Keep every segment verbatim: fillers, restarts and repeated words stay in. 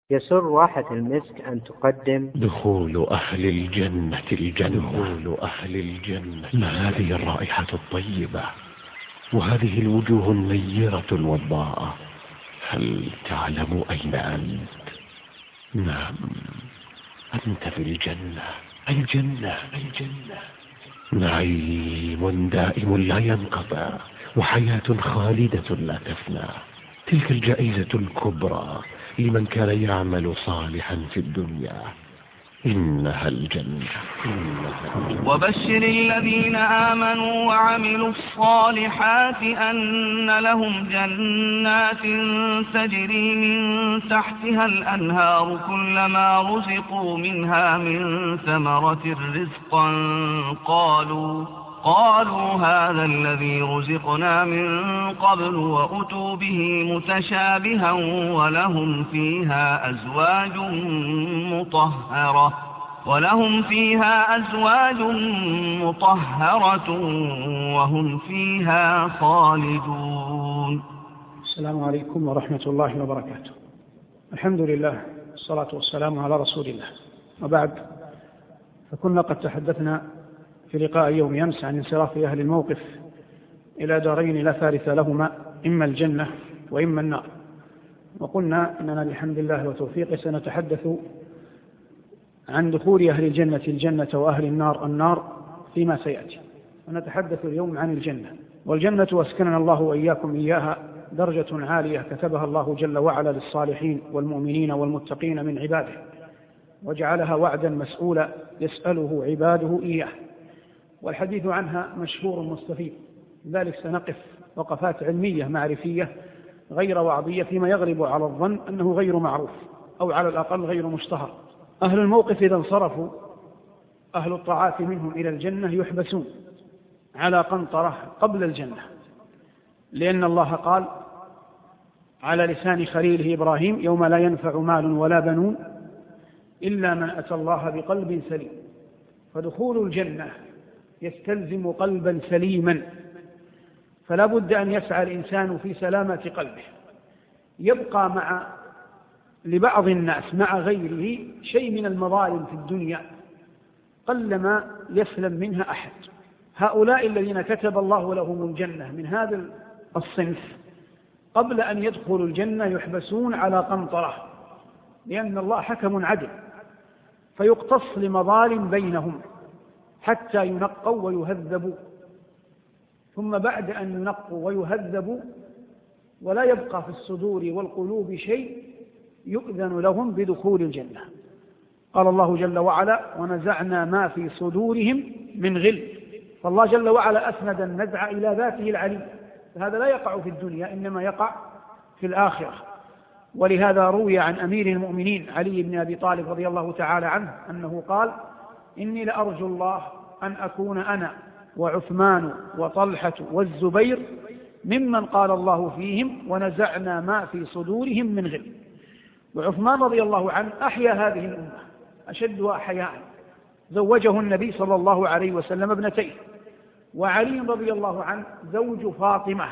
يسر واحة المسك أن تقدم دخول أهل الجنة الجنة دخول أهل الجنة. ما هذه الرائحة الطيبة وهذه الوجوه النيرة الوضاءة؟ هل تعلم أين أنت؟ نعم، أنت في الجنة. الجنة الجنة نعيم دائم لا ينقطع وحياة خالدة لا تفنى. تلك الجائزة الكبرى لمن كان يعمل صالحا في الدنيا. إنها الجنة, إنها الجنة. وبشر الذين آمنوا وعملوا الصالحات أن لهم جنات تجري من تحتها الأنهار كلما رزقوا منها من ثمرة رزقا قالوا قالوا هذا الذي رزقنا من قبل وأتوا به متشابها ولهم فيها أزواج مطهرة ولهم فيها أزواج مطهرة وهم فيها خالدون. السلام عليكم ورحمة الله وبركاته. الحمد لله والصلاة والسلام على رسول الله، وبعد، فكنا قد تحدثنا في لقاء يوم أمس عن انصراف أهل الموقف إلى دارين لا ثالث لهما، إما الجنة وإما النار، وقلنا إننا بحمد الله وتوفيقه سنتحدث عن دخول أهل الجنة الجنة وأهل النار النار فيما سيأتي. ونتحدث اليوم عن الجنة، والجنة أسكننا الله وإياكم إياها درجة عالية كتبها الله جل وعلا للصالحين والمؤمنين والمتقين من عباده، وجعلها وعدا مسؤولا يسأله عباده إياه، والحديث عنها مشهور مستفيد، لذلك سنقف وقفات علمية معرفية غير وعظية فيما يغلب على الظن أنه غير معروف أو على الأقل غير مشتهر. أهل الموقف إذا انصرفوا أهل الطاعات منهم إلى الجنة يحبسون على قنطرة قبل الجنة، لأن الله قال على لسان خليله إبراهيم: يوم لا ينفع مال ولا بنون إلا من أتى الله بقلب سليم. فدخول الجنة يستلزم قلبا سليما، فلا بد أن يسعى الإنسان في سلامة قلبه. يبقى مع لبعض الناس مع غيره شيء من المظالم في الدنيا قلما يسلم منها أحد. هؤلاء الذين كتب الله لهم الجنة من هذا الصنف قبل أن يدخلوا الجنة يحبسون على قنطرة، لأن الله حكم عدل، فيقتص لمظالم بينهم حتى ينقوا ويهذبوا، ثم بعد أن ينقوا ويهذبوا ولا يبقى في الصدور والقلوب شيء يؤذن لهم بدخول الجنة. قال الله جل وعلا: ونزعنا ما في صدورهم من غل. فالله جل وعلا أسند النزع إلى ذاته العليم، فهذا لا يقع في الدنيا إنما يقع في الآخرة. ولهذا روي عن أمير المؤمنين علي بن أبي طالب رضي الله تعالى عنه أنه قال: إني لأرجو الله أن أكون أنا وعثمان وطلحة والزبير ممن قال الله فيهم ونزعنا ما في صدورهم من غل. وعثمان رضي الله عنه أحيا هذه الأمة أشدها حياء، زوجه النبي صلى الله عليه وسلم ابنتيه، وعلي رضي الله عنه زوج فاطمة،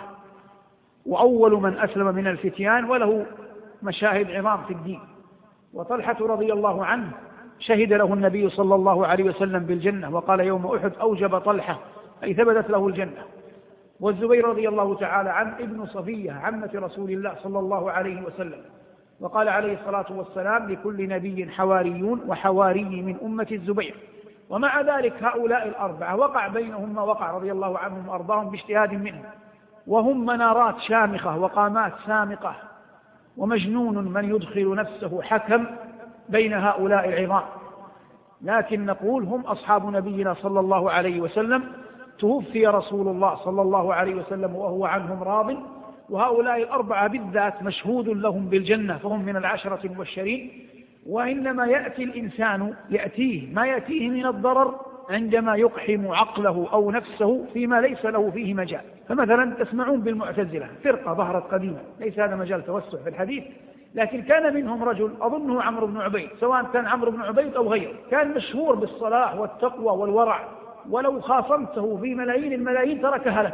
وأول من أسلم من الفتيان وله مشاهد عظام في الدين. وطلحة رضي الله عنه شهد له النبي صلى الله عليه وسلم بالجنة، وقال يوم أحد أوجب طلحة أي ثبتت له الجنة. والزبير رضي الله تعالى عنه ابن صفية عمة رسول الله صلى الله عليه وسلم، وقال عليه الصلاة والسلام: لكل نبي حواريون وحواري من أمة الزبير. ومع ذلك هؤلاء الأربعة وقع بينهم ما وقع رضي الله عنهم وأرضاهم باجتهاد منهم، وهم منارات شامخة وقامات سامقة، ومجنون من يدخل نفسه حكم بين هؤلاء العظام. لكن نقول هم أصحاب نبينا صلى الله عليه وسلم، توفي رسول الله صلى الله عليه وسلم وهو عنهم راض، وهؤلاء الأربعة بالذات مشهود لهم بالجنة، فهم من العشرة المبشرين. وإنما يأتي الإنسان يأتيه ما يأتيه من الضرر عندما يقحم عقله أو نفسه فيما ليس له فيه مجال. فمثلا تسمعون بالمعتزلة، فرقة ظهرت قديما، ليس هذا مجال توسع في الحديث، لكن كان منهم رجل أظنه عمرو بن عبيد، سواء كان عمرو بن عبيد أو غيره، كان مشهور بالصلاح والتقوى والورع، ولو خاصمته في ملايين الملايين تركها لك،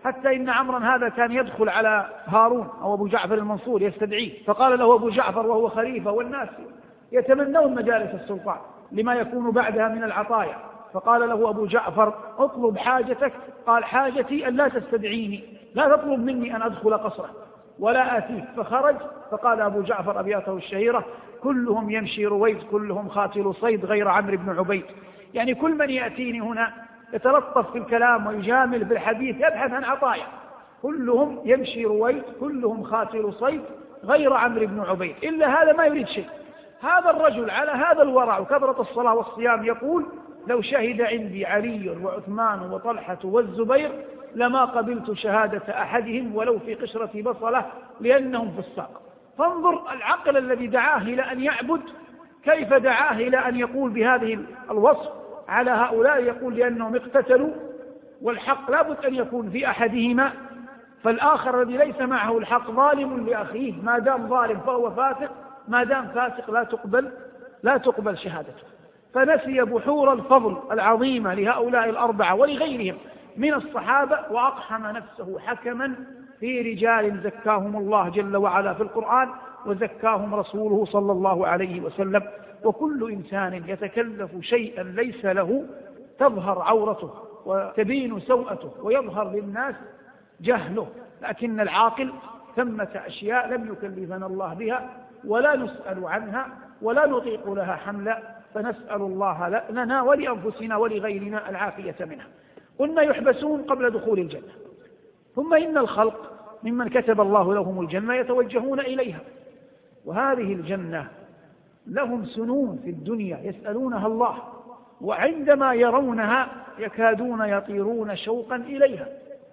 حتى إن عمرا هذا كان يدخل على هارون أو أبو جعفر المنصور يستدعيه، فقال له أبو جعفر وهو خليفة والناس يتمنون مجالس السلطان لما يكون بعدها من العطايا، فقال له أبو جعفر اطلب حاجتك. قال حاجتي أن لا تستدعيني، لا تطلب مني أن أدخل قصره ولا آتيك. فخرج فقال أبو جعفر أبياته الشهيرة: كلهم يمشي رويد كلهم خاتل صيد غير عمرو بن عبيد. يعني كل من يأتيني هنا يتلطف في الكلام ويجامل في الحديث يبحث عن عطايا، كلهم يمشي رويد كلهم خاتل صيد غير عمرو بن عبيد، إلا هذا ما يريد شيء. هذا الرجل على هذا الورع وكثرة الصلاة والصيام يقول: لو شهد عندي علي وعثمان وطلحة والزبير لما قبلت شهادة أحدهم ولو في قشرة بصلة لأنهم فساق. فانظر العقل الذي دعاه إلى أن يعبد كيف دعاه إلى أن يقول بهذه الوصف على هؤلاء، يقول لأنهم اقتتلوا والحق لابد أن يكون في أحدهما، فالآخر الذي ليس معه الحق ظالم لأخيه، ما دام ظالم فهو فاسق، ما دام فاسق لا تقبل لا تقبل شهادته. فنسي بحور الفضل العظيمة لهؤلاء الأربعة ولغيرهم من الصحابة، وأقحم نفسه حكما في رجال زكاهم الله جل وعلا في القرآن وزكاهم رسوله صلى الله عليه وسلم. وكل إنسان يتكلف شيئا ليس له تظهر عورته وتبين سوءته ويظهر للناس جهله، لكن العاقل ثمة أشياء لم يكلفنا الله بها ولا نسأل عنها ولا نطيق لها حملا، فنسأل الله لنا ولأنفسنا ولغيرنا العافية منها. قلنا يحبسون قبل دخول الجنة، ثم إن الخلق ممن كتب الله لهم الجنة يتوجهون إليها، وهذه الجنة لهم سنون في الدنيا يسألونها الله، وعندما يرونها يكادون يطيرون شوقا إليها،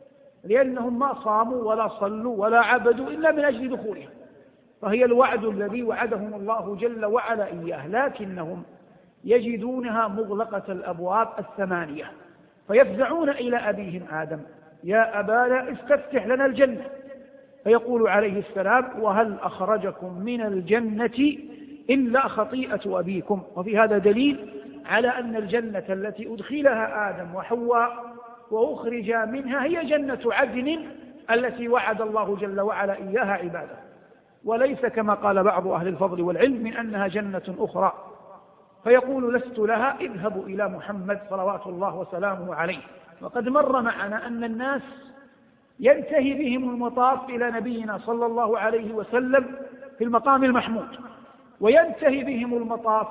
لأنهم ما صاموا ولا صلوا ولا عبدوا إلا من أجل دخولها، فهي الوعد الذي وعدهم الله جل وعلا إياه، لكنهم يجدونها مغلقة الأبواب الثمانية، فيفزعون إلى أبيهم آدم: يا أبانا استفتح لنا الجنة. فيقول عليه السلام: وهل أخرجكم من الجنة إلا خطيئة أبيكم. وفي هذا دليل على أن الجنة التي أدخلها آدم وحواء وأخرج منها هي جنة عدن التي وعد الله جل وعلا إياها عباده، وليس كما قال بعض أهل الفضل والعلم من أنها جنة أخرى. فيقول: لست لها، اذهبوا إلى محمد صلوات الله وسلامه عليه. وقد مر معنا أن الناس ينتهي بهم المطاف إلى نبينا صلى الله عليه وسلم في المقام المحمود، وينتهي بهم المطاف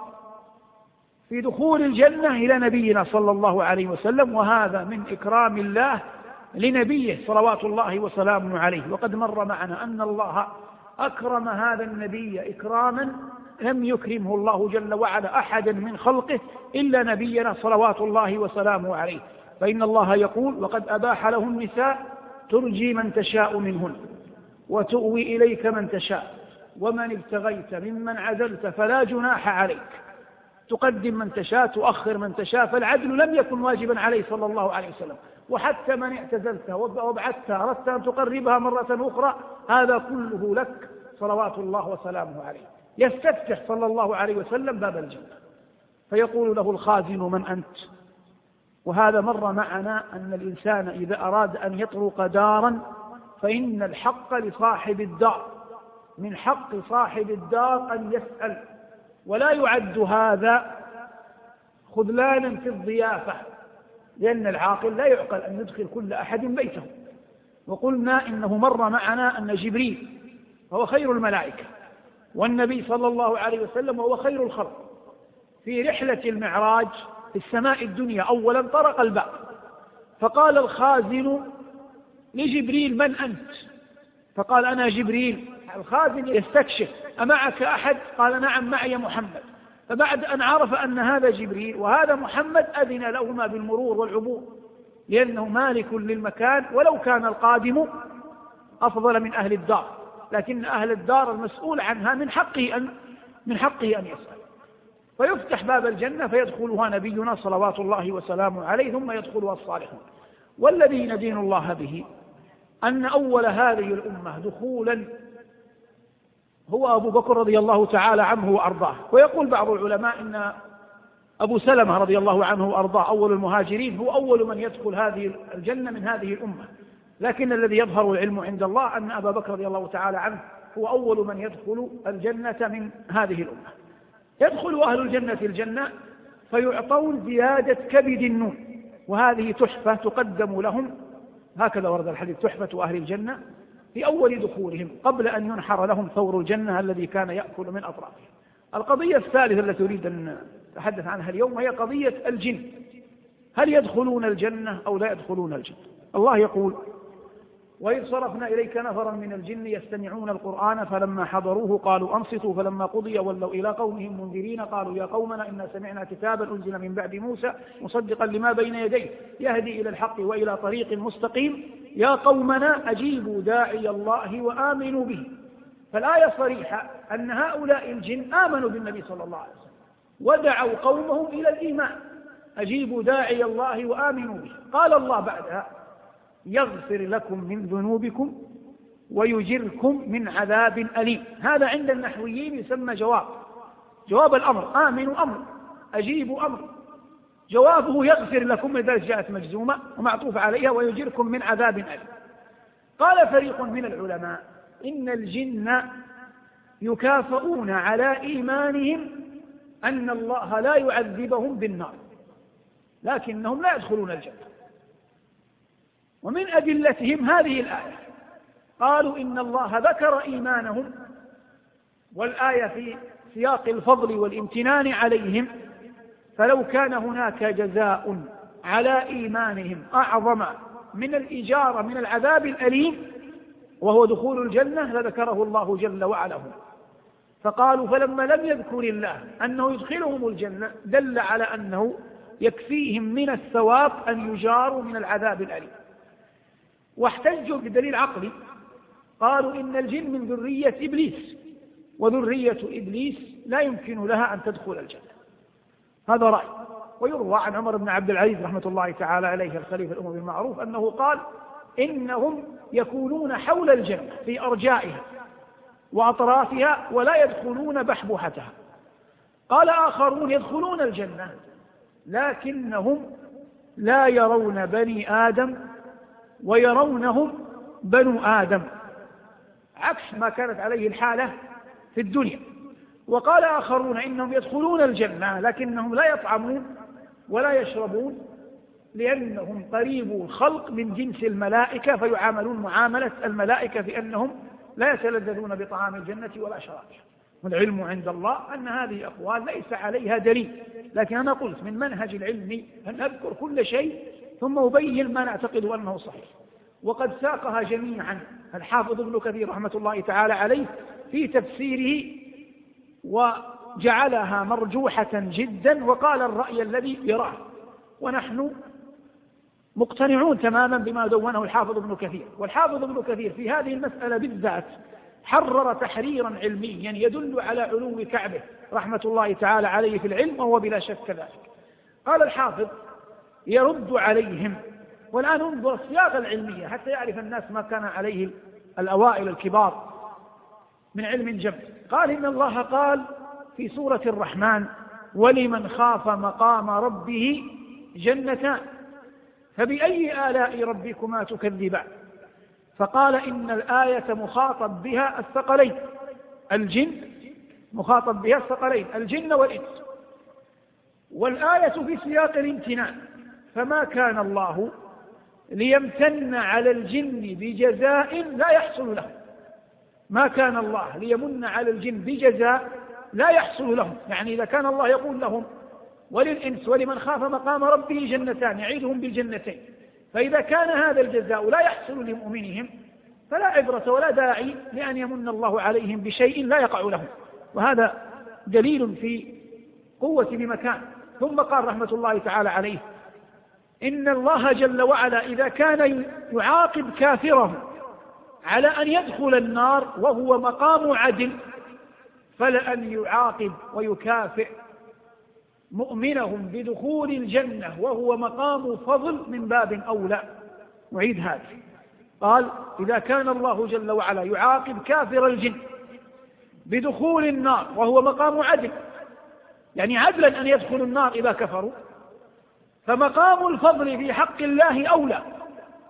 في دخول الجنة إلى نبينا صلى الله عليه وسلم، وهذا من إكرام الله لنبيه صلوات الله وسلامه عليه. وقد مر معنا أن الله أكرم هذا النبي إكراما لم يكرمه الله جل وعلا أحدا من خلقه إلا نبينا صلوات الله وسلامه عليه. فإن الله يقول: وقد أباح له النساء ترجي من تشاء منهن وتؤوي إليك من تشاء ومن ابتغيت ممن عزلت فلا جناح عليك. تقدم من تشاء تؤخر من تشاء، فالعدل لم يكن واجبا عليه صلى الله عليه وسلم. وحتى من اعتزلتها وابعدتها أردت أن تقربها مرة أخرى، هذا كله لك صلوات الله وسلامه عليه. يستفتح صلى الله عليه وسلم باب الجنة فيقول له الخازن: من أنت؟ وهذا مر معنا أن الإنسان إذا أراد أن يطرق دارا فإن الحق لصاحب الدار، من حق صاحب الدار أن يسأل، ولا يعد هذا خذلانا في الضيافة، لأن العاقل لا يعقل أن يدخل كل أحد بيته. وقلنا إنه مر معنا أن جبريل هو خير الملائكة، والنبي صلى الله عليه وسلم هو خير الخلق. في رحلة المعراج في السماء الدنيا أولا طرق الباب، فقال الخازن لجبريل: من أنت؟ فقال: أنا جبريل. الخازن يستكشف: أمعك أحد؟ قال: نعم معي محمد. فبعد أن عرف أن هذا جبريل وهذا محمد أذن لهما بالمرور والعبور، لأنه مالك للمكان، ولو كان القادم أفضل من أهل الدار، لكن أهل الدار المسؤول عنها من حقه أن من حقه أن يسأل. فيفتح باب الجنة فيدخلها نبينا صلوات الله وسلامه عليه، ثم يدخلها الصالحون. والذي ندين الله به أن أول هذه الأمة دخولا هو أبو بكر رضي الله تعالى عنه وأرضاه. ويقول بعض العلماء إن أبو سلمة رضي الله عنه وأرضاه أول المهاجرين هو أول من يدخل هذه الجنة من هذه الأمة، لكن الذي يظهر العلم عند الله أن أبا بكر رضي الله تعالى عنه هو أول من يدخل الجنة من هذه الأمة. يدخل أهل الجنة الجنة فيعطون زيادة كبد النون، وهذه تحفة تقدم لهم، هكذا ورد الحديث: تحفة أهل الجنة في أول دخولهم قبل أن ينحر لهم ثور الجنة الذي كان يأكل من أطرافها. القضية الثالثة التي أريد أن أتحدث عنها اليوم هي قضية الجن، هل يدخلون الجنة أو لا يدخلون الجنة؟ الله يقول: وإذ صرفنا إليك نفرا من الجن يستمعون القرآن فلما حضروه قالوا أنصتوا فلما قضي ولوا إلى قومهم منذرين قالوا يا قومنا إنا سمعنا كتابا أنزل من بعد موسى مصدقا لما بين يديه يهدي إلى الحق وإلى طريق مستقيم يا قومنا أجيبوا داعي الله وآمنوا به. فالآية صريحة أن هؤلاء الجن آمنوا بالنبي صلى الله عليه وسلم ودعوا قومهم إلى الإيمان، أجيبوا داعي الله وآمنوا به. قال الله بعدها: يغفر لكم من ذنوبكم ويجركم من عذاب أليم. هذا عند النحويين يسمى جواب، جواب الأمر، آمنوا أمر، أجيبوا أمر، جوابه يغفر لكم، لذلك جاءت مجزومة ومعطوف عليها ويجركم من عذاب أليم. قال فريق من العلماء: إن الجن يكافؤون على إيمانهم أن الله لا يعذبهم بالنار، لكنهم لا يدخلون الجنة. ومن أدلتهم هذه الآية، قالوا إن الله ذكر إيمانهم، والآية في سياق الفضل والامتنان عليهم، فلو كان هناك جزاء على إيمانهم أعظم من الإجارة من العذاب الأليم وهو دخول الجنة لذكره الله جل وعلا. فقالوا فلما لم يذكر الله أنه يدخلهم الجنة دل على أنه يكفيهم من الثواب أن يجاروا من العذاب الأليم. واحتجوا بدليل عقلي، قالوا إن الجن من ذرية إبليس، وذرية إبليس لا يمكن لها أن تدخل الجنة. هذا رأي. ويروى عن عمر بن عبد العزيز رحمة الله تعالى عليه الخليفة الأموي المعروف أنه قال: إنهم يكونون حول الجنة في أرجائها وأطرافها ولا يدخلون بحبوحتها. قال آخرون: يدخلون الجنة لكنهم لا يرون بني آدم ويرونهم بنو آدم، عكس ما كانت عليه الحالة في الدنيا. وقال آخرون: إنهم يدخلون الجنة لكنهم لا يطعمون ولا يشربون لأنهم قريبو الخلق من جنس الملائكة، فيعاملون معاملة الملائكة في أنهم لا يتلذذون بطعام الجنة ولا شرابها. والعلم عند الله أن هذه أقوال ليس عليها دليل، لكن أنا قلت من منهج العلم أن نذكر كل شيء ثم أبين ما نعتقد أنه صحيح. وقد ساقها جميعا الحافظ ابن كثير رحمة الله تعالى عليه في تفسيره وجعلها مرجوحة جدا، وقال الرأي الذي يراه، ونحن مقتنعون تماما بما دونه الحافظ ابن كثير. والحافظ ابن كثير في هذه المسألة بالذات حرر تحريرا علميا يدل على علو كعبه رحمة الله تعالى عليه في العلم، وهو بلا شك كذلك. قال الحافظ يرد عليهم، والآن انظر الصياغة العلمية حتى يعرف الناس ما كان عليه الأوائل الكبار من علم جمع. قال: إن الله قال في سورة الرحمن: ولمن خاف مقام ربه جنتان فبأي آلاء ربكما تكذبان. فقال إن الآية مخاطب بها الثقلين، الجن مخاطب بها الثقلين الجن والإنس، والآية في سياق الامتنان، فما كان الله ليمتن على الجن بجزاء لا يحصل له، ما كان الله ليمن على الجن بجزاء لا يحصل لهم. يعني إذا كان الله يقول لهم وللإنس ولمن خاف مقام ربه جنتان يعيدهم بالجنتين، فإذا كان هذا الجزاء لا يحصل لمؤمنهم فلا عبرة ولا داعي لأن يمن الله عليهم بشيء لا يقع لهم، وهذا دليل في قوة بمكان. ثم قال رحمة الله تعالى عليه: إن الله جل وعلا إذا كان يعاقب كافره على أن يدخل النار وهو مقام عدل، فلأن يعاقب ويكافئ مؤمنهم بدخول الجنة وهو مقام فضل من باب أولى. نعيد هذا. قال: إذا كان الله جل وعلا يعاقب كافر الجن بدخول النار وهو مقام عدل، يعني عدلا أن يدخلوا النار إذا كفروا، فمقام الفضل في حق الله أولى،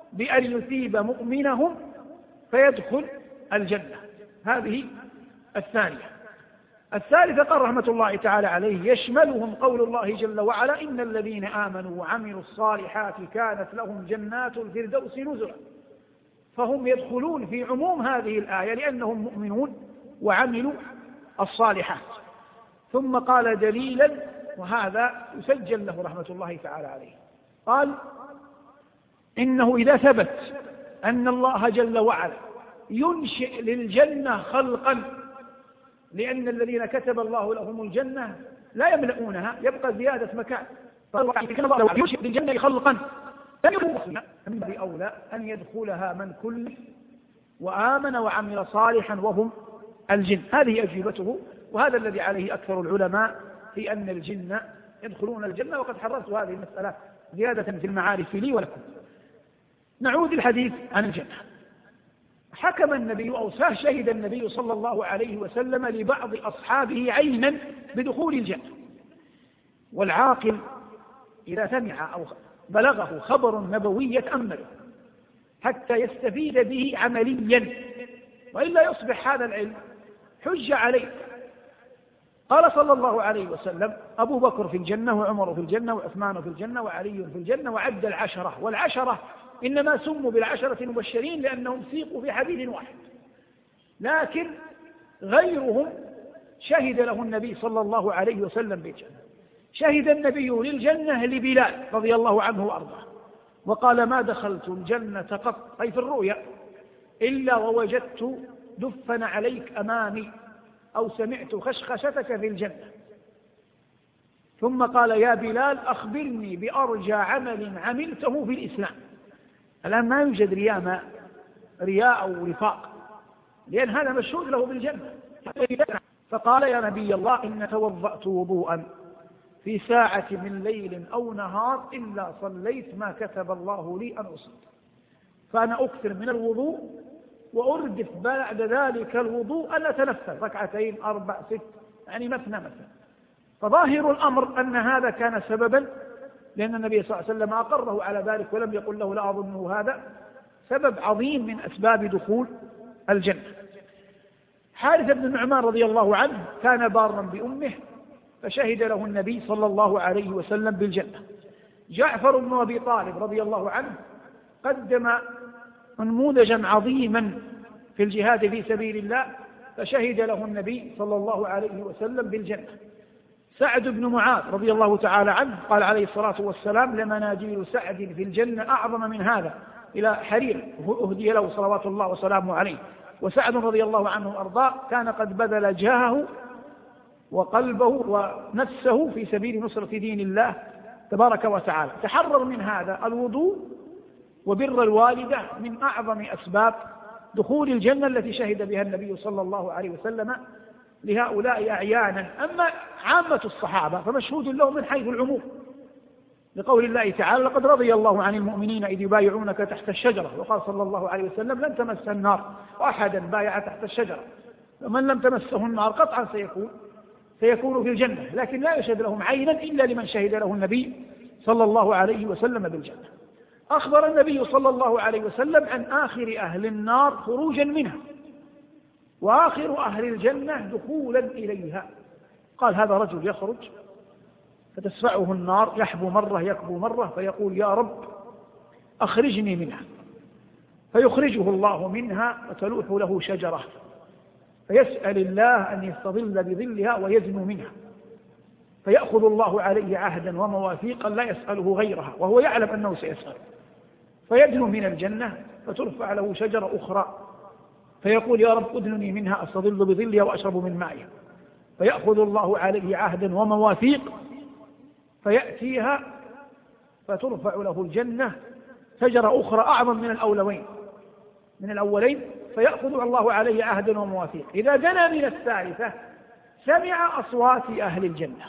بأن يثيب مؤمنهم فيدخل الجنة. هذه الثانية. الثالثة قال رحمة الله تعالى عليه: يشملهم قول الله جل وعلا: إن الذين آمنوا وعملوا الصالحات كانت لهم جنات الفردوس نزلا. فهم يدخلون في عموم هذه الآية لأنهم مؤمنون وعملوا الصالحات. ثم قال دليلا، وهذا يسجل له رحمة الله تعالى عليه، قال: إنه إذا ثبت أن الله جل وعلا ينشئ للجنة خلقا، لأن الذين كتب الله لهم الجنة لا يملؤونها، يبقى زيادة مكان، فكان الله ينشئ للجنة خلقا من بأولى أن يدخلها من كل وآمن وعمل صالحا وهم الجن. هذه أجوبته، وهذا الذي عليه أكثر العلماء في أن الجن يدخلون الجنة، وقد حررت هذه المسألة زيادة في المعارف لي ولكم. نعود الحديث عن الجنة. حكم النبي أو شهد النبي صلى الله عليه وسلم لبعض أصحابه عينا بدخول الجنة. والعاقل إذا سمع أو بلغه خبر نبوي يتأمله حتى يستفيد به عمليا، وإلا يصبح هذا العلم حجة عليه. قال صلى الله عليه وسلم: أبو بكر في الجنة، وعمر في الجنة، وعثمان في الجنة، وعلي في الجنة، وعد العشرة. والعشرة إنما سموا بالعشرة المبشرين لأنهم سيقوا في حديث واحد، لكن غيرهم شهد له النبي صلى الله عليه وسلم بالجنة. شهد النبي للجنة لبلال رضي الله عنه وأرضاه، وقال: ما دخلت الجنة قط، أي في الرؤيا، إلا ووجدت دفن عليك أمامي، أو سمعت خشخشتك في الجنة. ثم قال: يا بلال أخبرني بأرجى عمل عملته في الإسلام. الآن ما يوجد رياء رياء أو رفاق، لأن هذا مشهود له بالجنة. فقال: يا نبي الله، إن توضأت وضوءا في ساعة من ليل أو نهار إلا صليت ما كتب الله لي أن أصلي، فأنا أكثر من الوضوء وأردف بعد ذلك الوضوء أن أتنفل ركعتين أربع ست، يعني مثنى مثنى. فظاهر الأمر أن هذا كان سببا، لأن النبي صلى الله عليه وسلم أقره على ذلك ولم يقل له لا أظنه هذا، سبب عظيم من أسباب دخول الجنة. حارث بن النعمان رضي الله عنه كان بارا بأمه، فشهد له النبي صلى الله عليه وسلم بالجنة. جعفر بن أبي طالب رضي الله عنه قدم نموذجا عظيما في الجهاد في سبيل الله، فشهد له النبي صلى الله عليه وسلم بالجنة. سعد بن معاذ رضي الله تعالى عنه قال عليه الصلاة والسلام: لمناجيل سعد في الجنة أعظم من هذا، إلى حرير أهدي له صلوات الله وسلامه عليه. وسعد رضي الله عنه وأرضاه كان قد بذل جاهه وقلبه ونفسه في سبيل نصرة دين الله تبارك وتعالى. تحرر من هذا الوضوء وبر الوالدة من أعظم أسباب دخول الجنة التي شهد بها النبي صلى الله عليه وسلم لهؤلاء أعيانا. أما عامة الصحابة فمشهود لهم من حيث العموم، لقول الله تعالى: لقد رضي الله عن المؤمنين إذ يبايعونك تحت الشجرة. وقال صلى الله عليه وسلم: لن تمس النار وأحدا بايع تحت الشجرة، ومن لم تمسه النار قطعا سيكون سيكون في الجنة. لكن لا يشهد لهم عينا إلا لمن شهد له النبي صلى الله عليه وسلم بالجنة. أخبر النبي صلى الله عليه وسلم عن آخر أهل النار خروجا منها، وآخر أهل الجنة دخولا إليها. قال: هذا رجل يخرج فتسفعه النار، يحبو مرة يكبو مرة، فيقول: يا رب أخرجني منها، فيخرجه الله منها وتلوح له شجرة، فيسأل الله أن يستظل بظلها ويدنو منها، فيأخذ الله عليه عهدا ومواثيقا لا يسأله غيرها، وهو يعلم أنه سيسأل، فيدنو من الجنة فترفع له شجرة أخرى، فيقول: يا رب أدنني منها أستظل بظلها وأشرب من مائها، فيأخذ الله عليه عهدا ومواثيق فيأتيها فترفع له الجنة شجرة أخرى أعظم من الأولوين من الأولين فيأخذ الله عليه عهدا ومواثيق. إذا دنا من الثالثة سمع أصوات أهل الجنة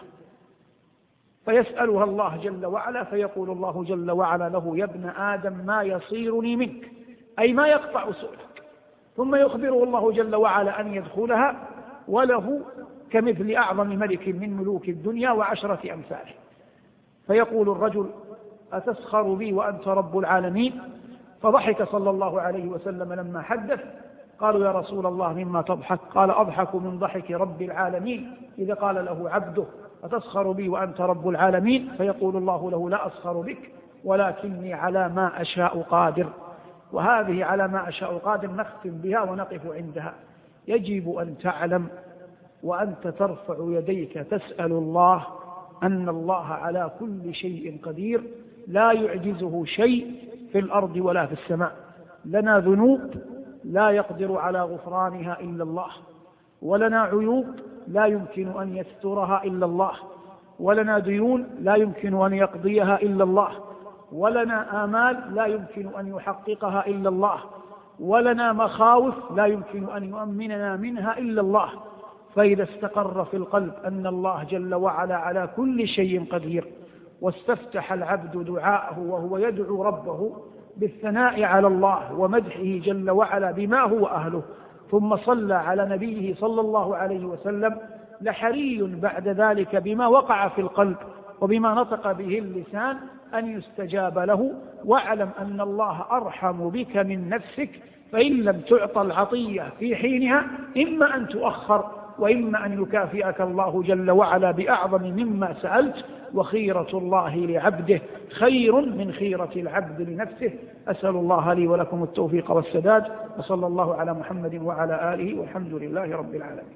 فيسألها الله جل وعلا، فيقول الله جل وعلا له: يا ابن آدم ما يصيرني منك، أي ما يقطع سؤلك. ثم يخبره الله جل وعلا أن يدخلها وله كمثل أعظم ملك من ملوك الدنيا وعشرة أمثاله. فيقول الرجل: أتسخر بي وأنت رب العالمين؟ فضحك صلى الله عليه وسلم لما حدث. قالوا يا رسول الله مما تضحك؟ قال أضحك من ضحك رب العالمين إذا قال له عبده أتسخر بي وأنت رب العالمين؟ فيقول الله له لا أسخر بك ولكني على ما أشاء قادر. وهذه على ما أشاء قادر نختم بها ونقف عندها. يجب أن تعلم وأنت ترفع يديك تسأل الله أن الله على كل شيء قدير، لا يعجزه شيء في الأرض ولا في السماء. لنا ذنوب لا يقدر على غفرانها إلا الله، ولنا عيوب لا يمكن أن يسترها إلا الله، ولنا ديون لا يمكن أن يقضيها إلا الله، ولنا آمال لا يمكن أن يحققها إلا الله، ولنا مخاوف لا يمكن أن يؤمننا منها إلا الله. فإذا استقر في القلب أن الله جل وعلا على كل شيء قدير، واستفتح العبد دعاءه وهو يدعو ربه بالثناء على الله ومدحه جل وعلا بما هو أهله، ثم صلى على نبيه صلى الله عليه وسلم، لحري بعد ذلك بما وقع في القلب وبما نطق به اللسان أن يستجاب له. واعلم أن الله أرحم بك من نفسك، فإن لم تعطى العطية في حينها إما أن تؤخر وإما أن يكافئك الله جل وعلا بأعظم مما سألت. وخيرة الله لعبده خير من خيرة العبد لنفسه. أسأل الله لي ولكم التوفيق والسداد، وصلى الله على محمد وعلى آله والحمد لله رب العالمين.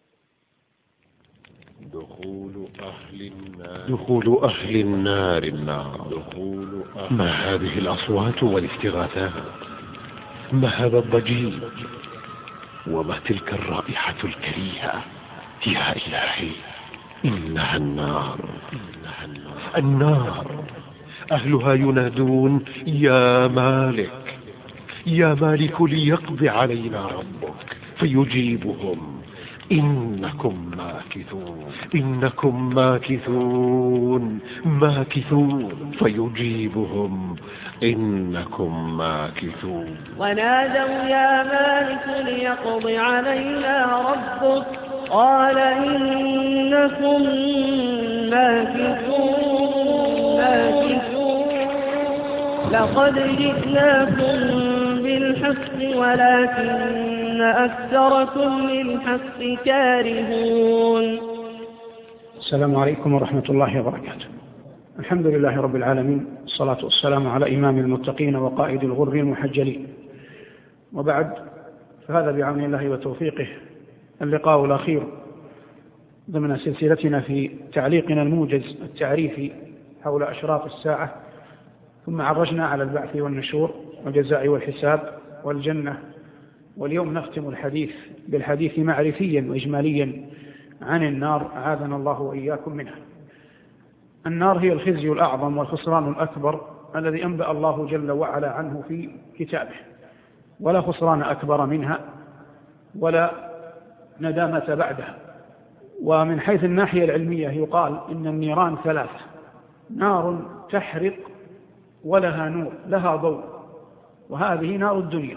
دخول أهل النار دخول أهل النار النار دخول أهل ما هذه الأصوات والاستغاثات؟ ما هذا الضجيج؟ وما تلك الرائحة الكريهة؟ يا إلهي إنها النار، إنها النار. النار أهلها ينادون يا مالك يا مالك ليقضي علينا ربك، فيجيبهم إنكم ماكثون إنكم ماكثون ماكثون فيجيبهم إنكم ماكثون. ونادوا يا مالك ليقض علينا ربك، قال إنكم ماكثون ماكثون لقد جئناكم بالحق ولكن أكثركم للحق كارهون. السلام عليكم ورحمة الله وبركاته. الحمد لله رب العالمين، الصلاة والسلام على إمام المتقين وقائد الغر المحجلين، وبعد، فهذا بعون الله وتوفيقه اللقاء الأخير ضمن سلسلتنا في تعليقنا الموجز التعريفي حول أشراط الساعة، ثم عرجنا على البعث والنشور والجزاء والحساب والجنة، واليوم نختم الحديث بالحديث معرفيا وإجماليا عن النار، أعاذنا الله وإياكم منها. النار هي الخزي الأعظم والخسران الأكبر الذي أنبأ الله جل وعلا عنه في كتابه، ولا خسران أكبر منها ولا ندامة بعدها. ومن حيث الناحية العلمية يقال إن النيران ثلاثة: نار تحرق ولها نور، لها ضوء، وهذه نار الدنيا،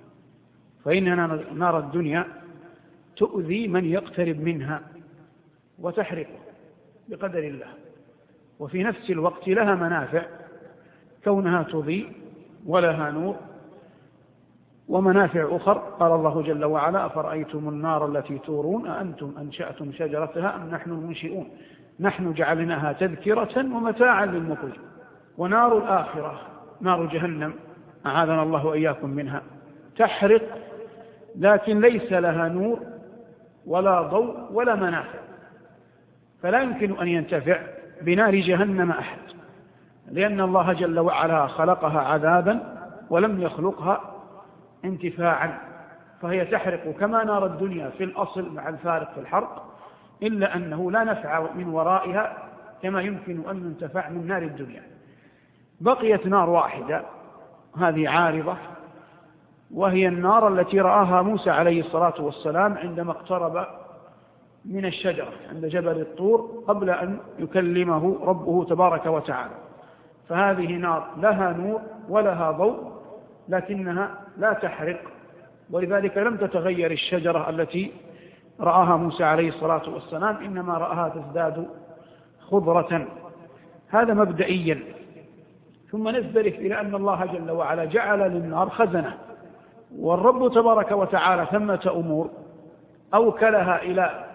فإن نار الدنيا تؤذي من يقترب منها وتحرقه بقدر الله، وفي نفس الوقت لها منافع كونها تضيء ولها نور ومنافع أخر. قال الله جل وعلا: أفرأيتم النار التي تورون أأنتم أنشأتم شجرتها أم نحن المنشئون نحن جعلناها تذكرة ومتاعا للمقوين. ونار الآخرة نار جهنم، أعاذنا الله وإياكم منها، تحرق لكن ليس لها نور ولا ضوء ولا منافع، فلا يمكن أن ينتفع بنار جهنم أحد، لأن الله جل وعلا خلقها عذابا ولم يخلقها انتفاعا، فهي تحرق كما نار الدنيا في الأصل مع الفارق في الحرق، إلا أنه لا نفع من ورائها كما يمكن أن ينتفع من نار الدنيا. بقيت نار واحدة، هذه عارضة، وهي النار التي رآها موسى عليه الصلاة والسلام عندما اقترب من الشجرة عند جبل الطور قبل أن يكلمه ربه تبارك وتعالى. فهذه نار لها نور ولها ضوء لكنها لا تحرق، ولذلك لم تتغير الشجرة التي رآها موسى عليه الصلاة والسلام، إنما رآها تزداد خضرة. هذا مبدئيا. ثم نزدرف إلى أن الله جل وعلا جعل للنار خزنة، والرب تبارك وتعالى ثمة أمور أوكلها إلى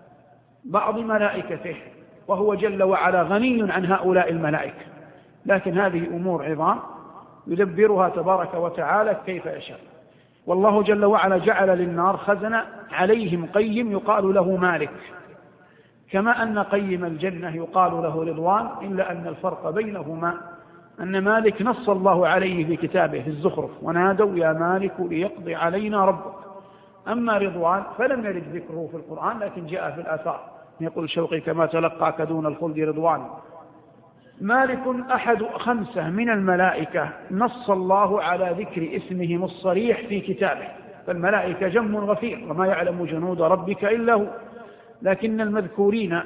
بعض ملائكته، وهو جل وعلا غني عن هؤلاء الملائكة، لكن هذه أمور عظام يدبرها تبارك وتعالى كيف يشاء. والله جل وعلا جعل للنار خزنة عليهم قيم يقال له مالك، كما أن قيم الجنة يقال له رضوان، إلا أن الفرق بينهما أن مالك نص الله عليه في كتابه في الزخرف: ونادوا يا مالك ليقضي علينا ربك. أما رضوان فلم يرد ذكره في القرآن، لكن جاء في الآثار، يقول شوقي: كما تلقاك دون الخلد رضوان. مالك أحد خمسة من الملائكة نص الله على ذكر اسمهم الصريح في كتابه، فالملائكة جم غفير وما يعلم جنود ربك إلا هو، لكن المذكورين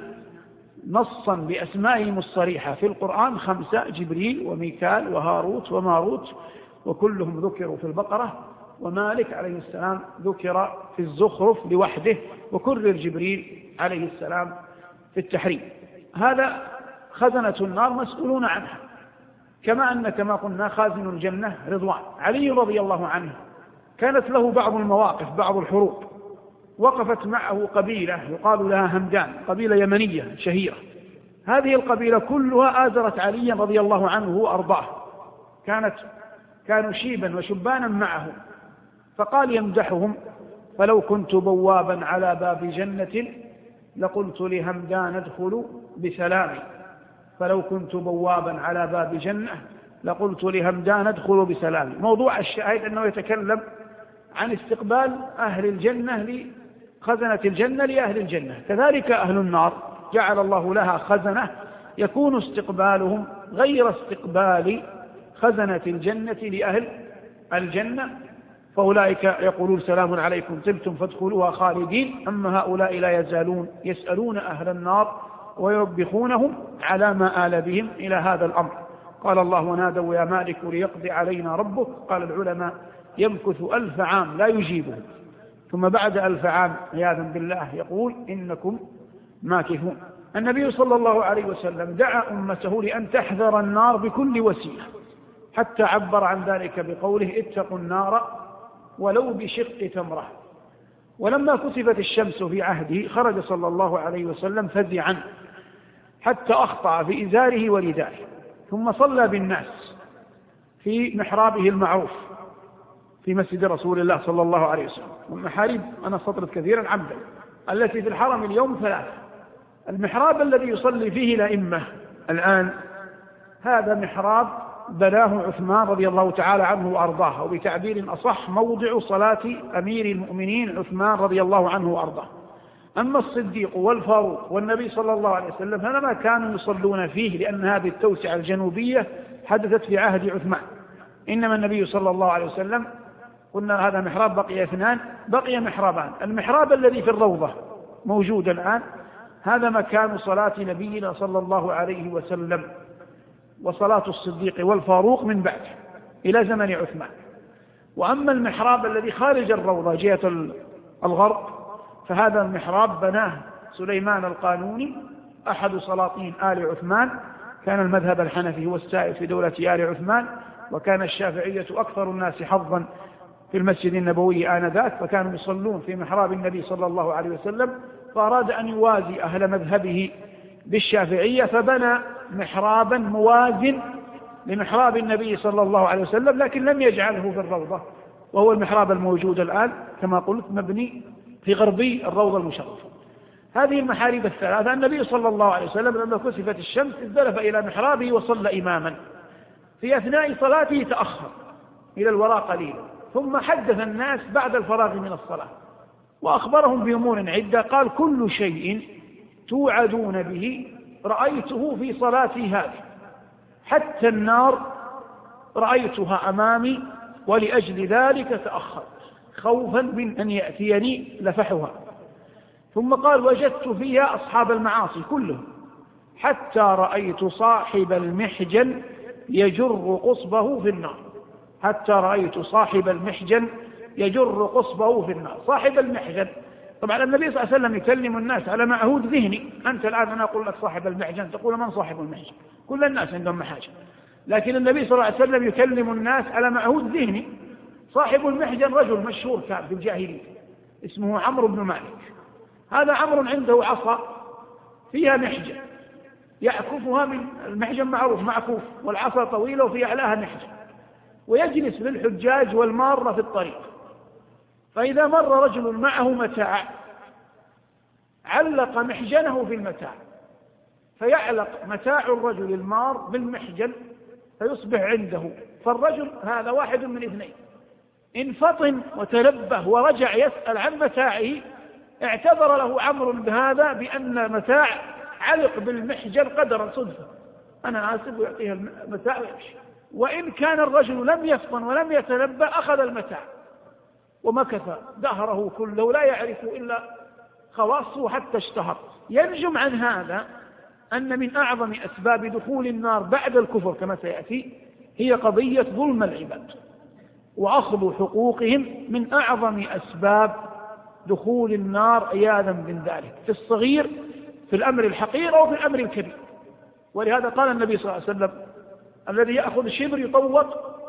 نصا بأسمائهم الصريحة في القرآن خمسة: جبريل وميكال وهاروت وماروت، وكلهم ذكروا في البقرة، ومالك عليه السلام ذكر في الزخرف لوحده، وكرر جبريل عليه السلام في التحريم. هذا خزنة النار مسؤولون عنها، كما أن كما قلنا خازن الجنة رضوان. علي رضي الله عنه كانت له بعض المواقف، بعض الحروب، وقفت معه قبيلة يقال لها همدان، قبيلة يمنية شهيرة. هذه القبيلة كلها آزرت عليا رضي الله عنه وأرضاه، كانت كانوا شيبا وشبانا معه، فقال يمدحهم: فلو كنت بوابا على باب جنة لقلت لهمدان ادخلوا بسلام. فلو كنت بوابا على باب جنة لقلت لهمدان ادخلوا بسلام. موضوع الشاهد أنه يتكلم عن استقبال أهل الجنة لخزنة الجنة لأهل الجنة. كذلك أهل النار جعل الله لها خزنة يكون استقبالهم غير استقبال خزنة الجنة لأهل الجنة، فأولئك يقولون: سلام عليكم طبتم فادخلوها خالدين. أما هؤلاء لا يزالون يسألون أهل النار ويوبخونهم على ما آل بهم إلى هذا الأمر. قال الله: ونادوا يا مالك ليقضي علينا ربك. قال العلماء: يمكث ألف عام لا يجيبه، ثم بعد ألف عام عياذا بالله يقول: إنكم ماكثون. النبي صلى الله عليه وسلم دعا أمته لأن تحذر النار بكل وسيلة، حتى عبر عن ذلك بقوله: اتقوا النار ولو بشق تمرة. ولما كسفت الشمس في عهده خرج صلى الله عليه وسلم فزعا حتى أخطأ في إزاره وردائه، ثم صلى بالناس في محرابه المعروف في مسجد رسول الله صلى الله عليه وسلم. والمحاريب أنا سطرت كثيرا عمدا التي في الحرم اليوم ثلاثة. المحراب الذي يصلي فيه الأئمة الآن هذا محراب بناه عثمان رضي الله تعالى عنه وأرضاه، وبتعبير أصح موضع صلاة أمير المؤمنين عثمان رضي الله عنه وأرضاه. أما الصديق والفاروق والنبي صلى الله عليه وسلم فلما كانوا يصلون فيه، لأن هذه التوسعة الجنوبية حدثت في عهد عثمان. إنما النبي صلى الله عليه وسلم قلنا هذا محراب بقي اثنان، بقي محرابان. المحراب الذي في الروضة موجود الآن هذا مكان صلاة نبينا صلى الله عليه وسلم، وصلاة الصديق والفاروق من بعد إلى زمن عثمان. وأما المحراب الذي خارج الروضة جهة الغرب فهذا المحراب بناه سليمان القانوني أحد سلاطين آل عثمان. كان المذهب الحنفي هو السائد في دولة آل عثمان، وكان الشافعية أكثر الناس حظا في المسجد النبوي آنذاك، فكانوا يصلون في محراب النبي صلى الله عليه وسلم، فأراد أن يوازي أهل مذهبه بالشافعية فبنى محرابا موازن لمحراب النبي صلى الله عليه وسلم، لكن لم يجعله في الروضة، وهو المحراب الموجود الآن كما قلت مبني في غربي الروضة المشرفة. هذه المحاريب الثلاثة النبي صلى الله عليه وسلم لما كسفت الشمس ازدلف إلى محرابه وصلى إماما. في أثناء صلاته تأخر إلى الوراء قليلا، ثم حدث الناس بعد الفراغ من الصلاة وأخبرهم بأمور عدة. قال: كل شيء توعدون به رأيته في صلاتي هذه، حتى النار رأيتها أمامي، ولأجل ذلك تأخر خوفا من أن يأتيني لفحها. ثم قال: وجدت فيها أصحاب المعاصي كلهم، حتى رأيت صاحب المحجن يجر قصبه في النار. حتى رأيت صاحب المحجن يجر قصبه في النار. صاحب المحجن طبعا النبي صلى الله عليه وسلم يكلم الناس على معهود ذهني. أنت الآن أنا أقول لك صاحب المحجن تقول من صاحب المحجن؟ كل الناس عندهم محاجن، لكن النبي صلى الله عليه وسلم يكلم الناس على معهود ذهني. صاحب المحجن رجل مشهور كان في الجاهلية اسمه عمرو بن مالك. هذا عمرو عنده عصا فيها محجن يعكفها، من المحجن معروف معكوف والعصا طويلة وفي أعلاها محجن، ويجلس للحجاج والمارة في الطريق، فإذا مر رجل معه متاع علق محجنه في المتاع، فيعلق متاع الرجل المار بالمحجن فيصبح عنده. فالرجل هذا واحد من اثنين: إن فطن وتنبه ورجع يسأل عن متاعه اعتذر له عمرو بهذا بأن متاع علق بالمحجن قدرا صدفة، أنا آسف، ويعطيها المتاع ويمشي. وإن كان الرجل لم يفطن ولم يتنبه أخذ المتاع ومكث دهره كله لا يعرف إلا خواصه حتى اشتهر. ينجم عن هذا أن من أعظم أسباب دخول النار بعد الكفر كما سيأتي هي قضية ظلم العباد وأخذ حقوقهم، من أعظم أسباب دخول النار عياذا من ذلك، في الصغير في الأمر الحقير أو في الأمر الكبير. ولهذا قال النبي صلى الله عليه وسلم: الذي يأخذ شبر يطوق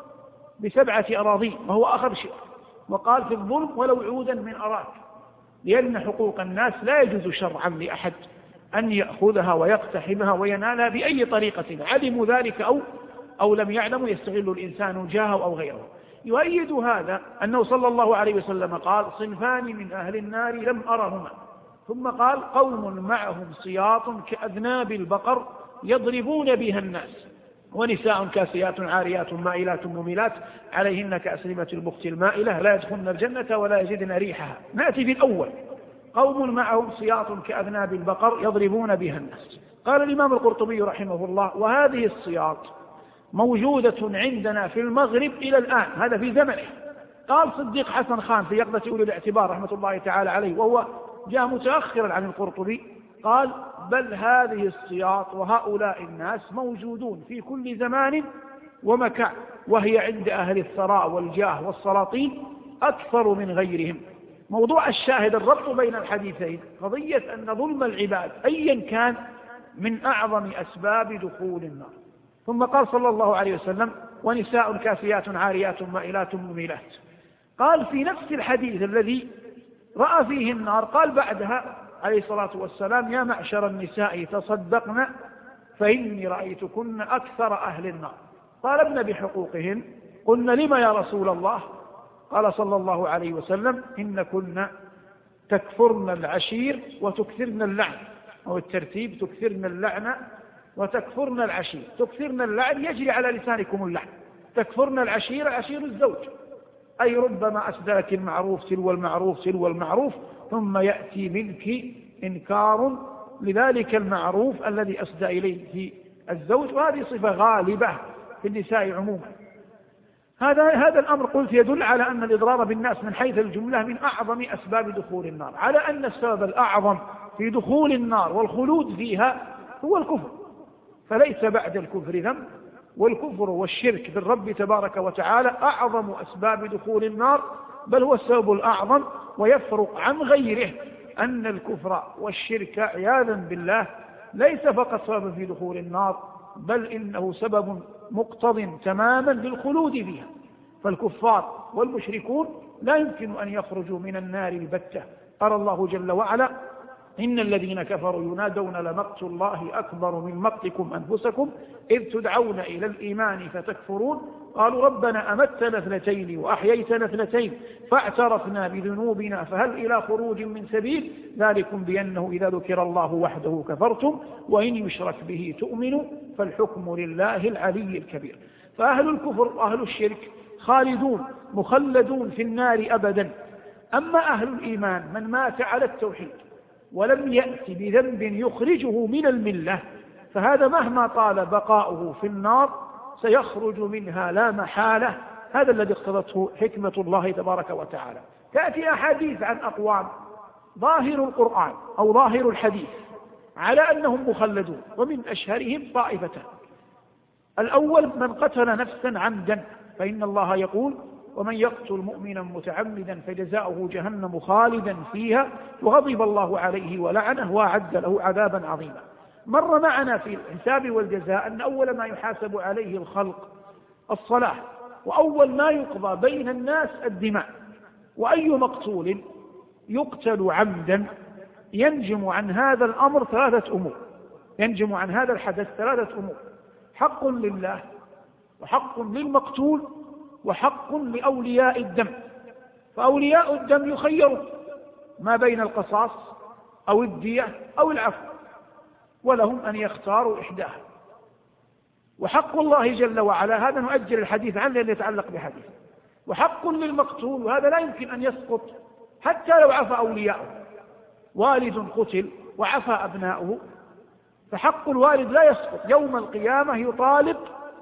بسبعة أراضين، وهو أخذ شبر. وقال في الظلم: ولو عودا من أراك، لأن حقوق الناس لا يجوز شرعا لأحد أن يأخذها ويقتحمها وينالها بأي طريقة، علموا ذلك أو أو لم يعلموا، يستغل الإنسان جاهه أو غيره. يؤيد هذا أنه صلى الله عليه وسلم قال: صنفان من أهل النار لم أرهما، ثم قال: قوم معهم سياط كأذناب البقر يضربون بها الناس، ونساء كاسيات عاريات مائلات مميلات عليهن كأسلمة البخت المائلة لا يدخلن الجنة ولا يجدن ريحها. نأتي في الأول: قوم معهم سياط كأذناب البقر يضربون بها الناس. قال الإمام القرطبي رحمه الله: وهذه السياط موجودة عندنا في المغرب إلى الآن، هذا في زمنه. قال صديق حسن خان في يقظة أولي الاعتبار رحمة الله تعالى عليه، وهو جاء متأخرا عن القرطبي، قال: بل هذه السياط وهؤلاء الناس موجودون في كل زمان ومكان، وهي عند أهل الثراء والجاه والسلاطين أكثر من غيرهم. موضوع الشاهد الربط بين الحديثين، قضية أن ظلم العباد أيا كان من أعظم أسباب دخول النار. ثم قال صلى الله عليه وسلم: ونساء كاسيات عاريات مائلات مميلات. قال في نفس الحديث الذي رأى فيه النار، قال بعدها عليه الصلاة والسلام: يا معشر النساء تصدقن فإني رأيتكن أكثر أهل النار. طالبن بحقوقهن، قلنا: لما يا رسول الله؟ قال صلى الله عليه وسلم: إن كنا تكفرن العشير وتكثرن اللعن، أو الترتيب: تكثرن اللعنة وتكفرن العشير. تكثرن اللعن يجري على لسانكم اللعن، تكفرن العشير، عشير الزوج، أي ربما أسدلك المعروف تلو المعروف تلو المعروف، ثم يأتي منك إنكار لذلك المعروف الذي أسدى إليه الزوج، وهذه صفة غالبة في النساء عموما. هذا هذا الأمر قلت يدل على أن الإضرار بالناس من حيث الجملة من أعظم أسباب دخول النار، على أن السبب الأعظم في دخول النار والخلود فيها هو الكفر، فليس بعد الكفر ذنب، والكفر والشرك بالرب تبارك وتعالى أعظم أسباب دخول النار، بل هو السبب الأعظم. ويفرق عن غيره أن الكفر والشرك عياذا بالله ليس فقط سبب في دخول النار، بل إنه سبب مقتض تماما للخلود فيها. فالكفار والمشركون لا يمكن أن يخرجوا من النار البتة. قال الله جل وعلا: إن الذين كفروا ينادون لمقت الله أكبر من مقتكم أنفسكم إذ تدعون إلى الإيمان فتكفرون قالوا ربنا أمتنا اثنتين وأحييتنا اثنتين فاعترفنا بذنوبنا فهل إلى خروج من سبيل ذلكم بأنه إذا ذكر الله وحده كفرتم وإن يشرك به تؤمنوا فالحكم لله العلي الكبير. فأهل الكفر وأهل الشرك خالدون مخلدون في النار أبدا. أما أهل الإيمان من مات على التوحيد ولم يأتي بذنب يخرجه من الملة فهذا مهما طال بقاؤه في النار سيخرج منها لا محالة. هذا الذي اقتضته حكمة الله تبارك وتعالى. تأتي أحاديث عن أقوام ظاهر القرآن أو ظاهر الحديث على أنهم مخلدون، ومن أشهرهم طائفتان. الأول من قتل نفسا عمدا فإن الله يقول ومن يقتل مؤمنا متعمدا فجزاؤه جهنم خالدا فيها وغضب الله عليه ولعنه وأعد له عذابا عظيما. مر معنا في الحساب والجزاء أن أول ما يحاسب عليه الخلق الصلاة، وأول ما يقضى بين الناس الدماء، وأي مقتول يقتل عمدا ينجم عن هذا الأمر ثلاثة أمور، ينجم عن هذا الحدث ثلاثة أمور: حق لله، وحق للمقتول، وحق لأولياء الدم. فأولياء الدم يخيروا ما بين القصاص أو الدية أو العفو، ولهم أن يختاروا إحداها. وحق الله جل وعلا هذا نؤجل الحديث عنه لأن يتعلق بحديث. وحق للمقتول، وهذا لا يمكن أن يسقط حتى لو عفى أولياؤه. والد قتل وعفى أبناؤه، فحق الوالد لا يسقط، يوم القيامة يطالب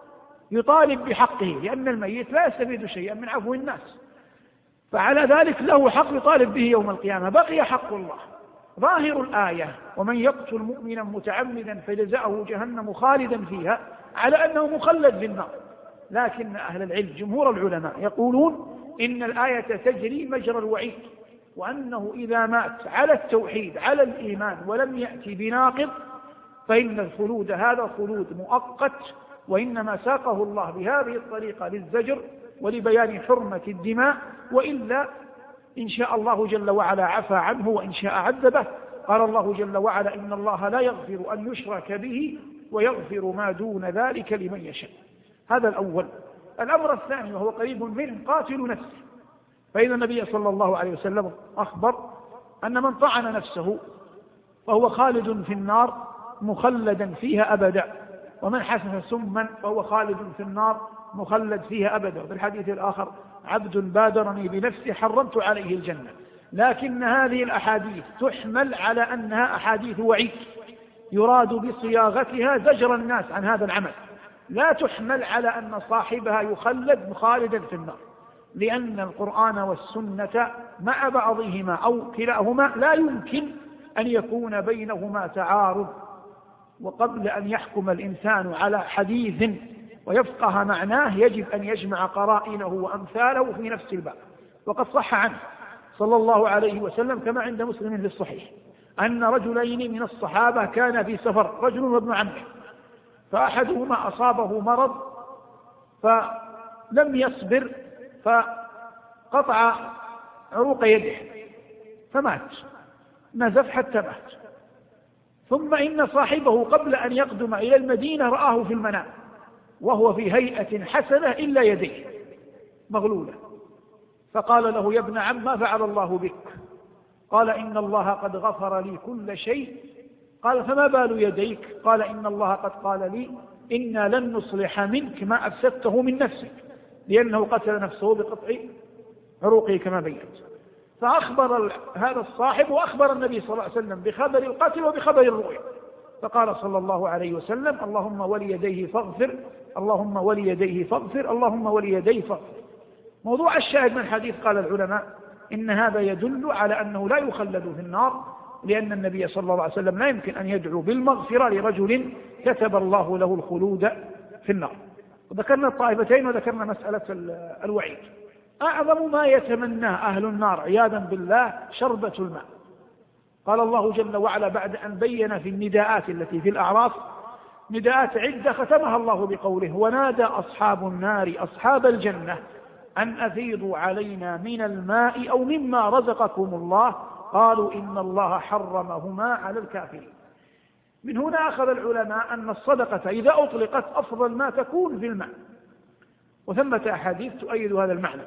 يطالب بحقه، لأن الميت لا يستفيد شيئا من عفو الناس، فعلى ذلك له حق يطالب به يوم القيامة. بقي حق الله. ظاهر الآية: ومن يقتل مؤمنا متعمدا فجزاؤه جهنم خالدا فيها، على أنه مخلد في النار. لكن أهل العلم جمهور العلماء يقولون إن الآية تجري مجرى الوعيد، وأنه إذا مات على التوحيد على الإيمان ولم يأتي بناقض فإن الخلود هذا خلود مؤقت، وإنما ساقه الله بهذه الطريقة للزجر ولبيان حرمة الدماء، وإلا إن شاء الله جل وعلا عفى عنه وإن شاء عذبه. قال الله جل وعلا: إن الله لا يغفر أن يشرك به ويغفر ما دون ذلك لمن يشاء. هذا الأول. الأمر الثاني وهو قريب منه: قاتل نفسه. فإن النبي صلى الله عليه وسلم أخبر أن من طعن نفسه فهو خالد في النار مخلدا فيها أبدا، ومن حسس سما فهو خالد في النار مخلد فيها أبدا. وفي الحديث الآخر: عبد بادرني بنفسه حرمت عليه الجنة. لكن هذه الأحاديث تحمل على أنها أحاديث وعيد، يراد بصياغتها زجر الناس عن هذا العمل، لا تحمل على أن صاحبها يخلد مخالدا في النار، لأن القرآن والسنة مع بعضهما أو كلاهما لا يمكن أن يكون بينهما تعارض. وقبل أن يحكم الإنسان على حديث ويفقه معناه يجب أن يجمع قرائنه وأمثاله في نفس الباب. وقد صح عنه صلى الله عليه وسلم كما عند مسلم في الصحيح أن رجلين من الصحابة كان في سفر، رجل وابن عمه، فأحدهما أصابه مرض فلم يصبر فقطع عروق يده فمات، نزف حتى مات. ثم إن صاحبه قبل أن يقدم إلى المدينة رآه في المنام وهو في هيئة حسنة إلا يديه مغلولة، فقال له: يا ابن عم ما فعل الله بك؟ قال: إن الله قد غفر لي كل شيء. قال: فما بال يديك؟ قال: إن الله قد قال لي: إنا لن نصلح منك ما أفسدته من نفسك، لأنه قتل نفسه بقطع عروقه كما بينت. فأخبر هذا الصاحب وأخبر النبي صلى الله عليه وسلم بخبر القتل وبخبر الرؤيا، فقال صلى الله عليه وسلم: اللهم وليديه فاغفر، اللهم وليديه فاغفر، اللهم وليديه فاغفر. موضوع الشاهد من الحديث قال العلماء إن هذا يدل على أنه لا يخلد في النار، لأن النبي صلى الله عليه وسلم لا يمكن أن يدعو بالمغفرة لرجل كتب الله له الخلود في النار. وذكرنا الطائفتين وذكرنا مسألة الوعيد. أعظم ما يتمناه أهل النار عياذا بالله شربة الماء. قال الله جل وعلا بعد أن بين في النداءات التي في الأعراف نداءات عدة ختمها الله بقوله: ونادى أصحاب النار أصحاب الجنة أن أفيضوا علينا من الماء أو مما رزقكم الله قالوا إن الله حرمهما على الكافرين. من هنا أخذ العلماء أن الصدقة إذا أطلقت أفضل ما تكون في الماء، وثمة أحاديث تؤيد هذا المعنى.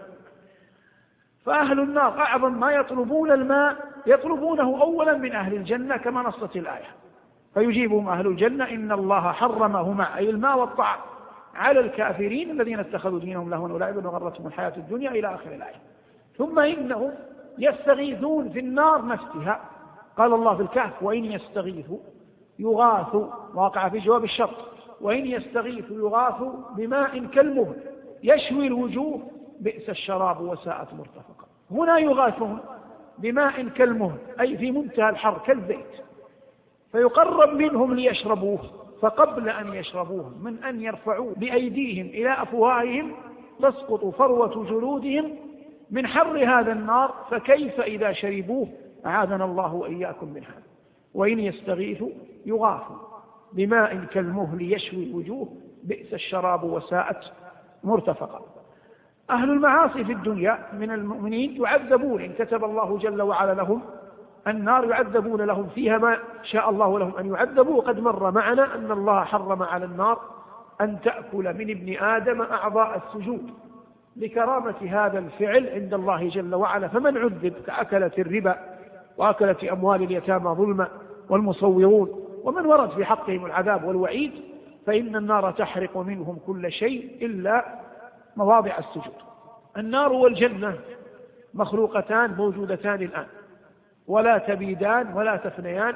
فأهل النار أعظم ما يطلبون الماء، يطلبونه أولا من أهل الجنة كما نصت الآية، فيجيبهم أهل الجنة: إن الله حرمهما أي الماء والطعام على الكافرين الذين اتخذوا دينهم لهوا ولعبا وغرتهم الحياة الدنيا إلى آخر الآية. ثم إنهم يستغيثون في النار نفسها. قال الله في الكهف: وإن يستغيثوا يغاثوا، واقع في جواب الشرط، وإن يستغيثوا يغاثوا بماء كالمهل يشوي الوجوه بئس الشراب وساءت مرتفقا. هنا يغاثون بماء كالمهل أي في منتهى الحر كالزيت، فيقرب منهم ليشربوه، فقبل أن يشربوه من أن يرفعوا بأيديهم إلى أفواههم تسقط فروة جلودهم من حر هذا النار، فكيف إذا شربوه؟ أعاذنا الله وإياكم من هذا. وإن يستغيثوا يغاثوا بماء كالمهل يشوي الوجوه بئس الشراب وساءت مرتفقا. أهل المعاصي في الدنيا من المؤمنين يعذبون إن كتب الله جل وعلا لهم النار، يعذبون لهم فيها ما شاء الله لهم أن يعذبوا. وقد مر معنا أن الله حرم على النار أن تأكل من ابن آدم أعضاء السجود لكرامة هذا الفعل عند الله جل وعلا. فمن عذب كأكلة الربا وأكلة أموال اليتامى ظلما والمصورون ومن ورد في حقهم العذاب والوعيد، فإن النار تحرق منهم كل شيء إلا مواضع السجود. النار والجنة مخلوقتان موجودتان الآن ولا تبيدان ولا تفنيان،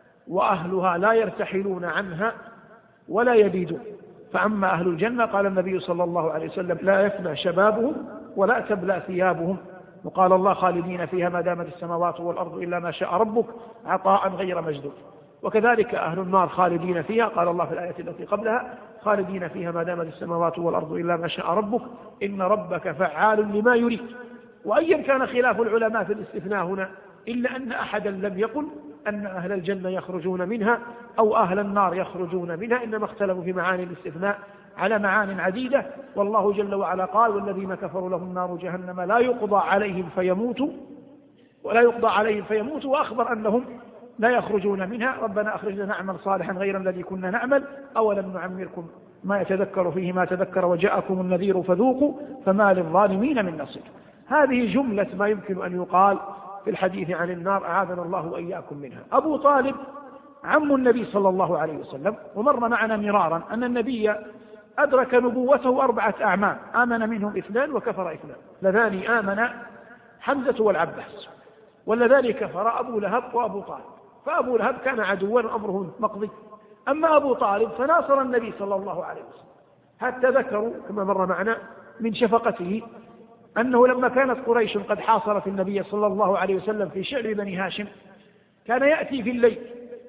وأهلها لا يرتحلون عنها ولا يبيدون. فأما أهل الجنة قال النبي صلى الله عليه وسلم لا يفنى شبابهم ولا تبلى ثيابهم، وقال الله خالدين فيها ما دامت السماوات والأرض إلا ما شاء ربك عطاء غير مجدود. وكذلك أهل النار خالدين فيها، قال الله في الآية التي قبلها خالدين فيها ما دامت السماوات والأرض إلا ما شاء ربك إن ربك فعال لما يريد. وأيا كان خلاف العلماء في الاستثناء هنا، إلا أن أحدا لم يقل أن أهل الجنة يخرجون منها أو أهل النار يخرجون منها، إنما اختلفوا في معاني الاستثناء على معان عديدة. والله جل وعلا قال والذين كفروا لهم نار جهنم لا يقضى عليهم فيموتوا ولا يقضى عليهم فيموتوا، وأخبر أنهم لا يخرجون منها. ربنا أخرجنا نعمل صالحا غير الذي كنا نعمل أولم نعمركم ما يتذكر فيه ما تذكر وجاءكم النذير فذوقوا فما للظالمين من نصير. هذه جملة ما يمكن أن يقال في الحديث عن النار، أعاذنا الله وإياكم منها. أبو طالب عم النبي صلى الله عليه وسلم، ومر معنا مرارا أن النبي أدرك نبوته أربعة أعمام، آمن منهم اثنان وكفر اثنان. اللذان آمن حمزة والعباس، واللذان كفر أبو لهب وأبو طالب. فأبو لهب كان عدوا وأمره مقضي، أما أبو طالب فناصر النبي صلى الله عليه وسلم، حتى ذكروا كما مر معنا من شفقته أنه لما كانت قريش قد حاصرت النبي صلى الله عليه وسلم في شعر بني هاشم كان يأتي في الليل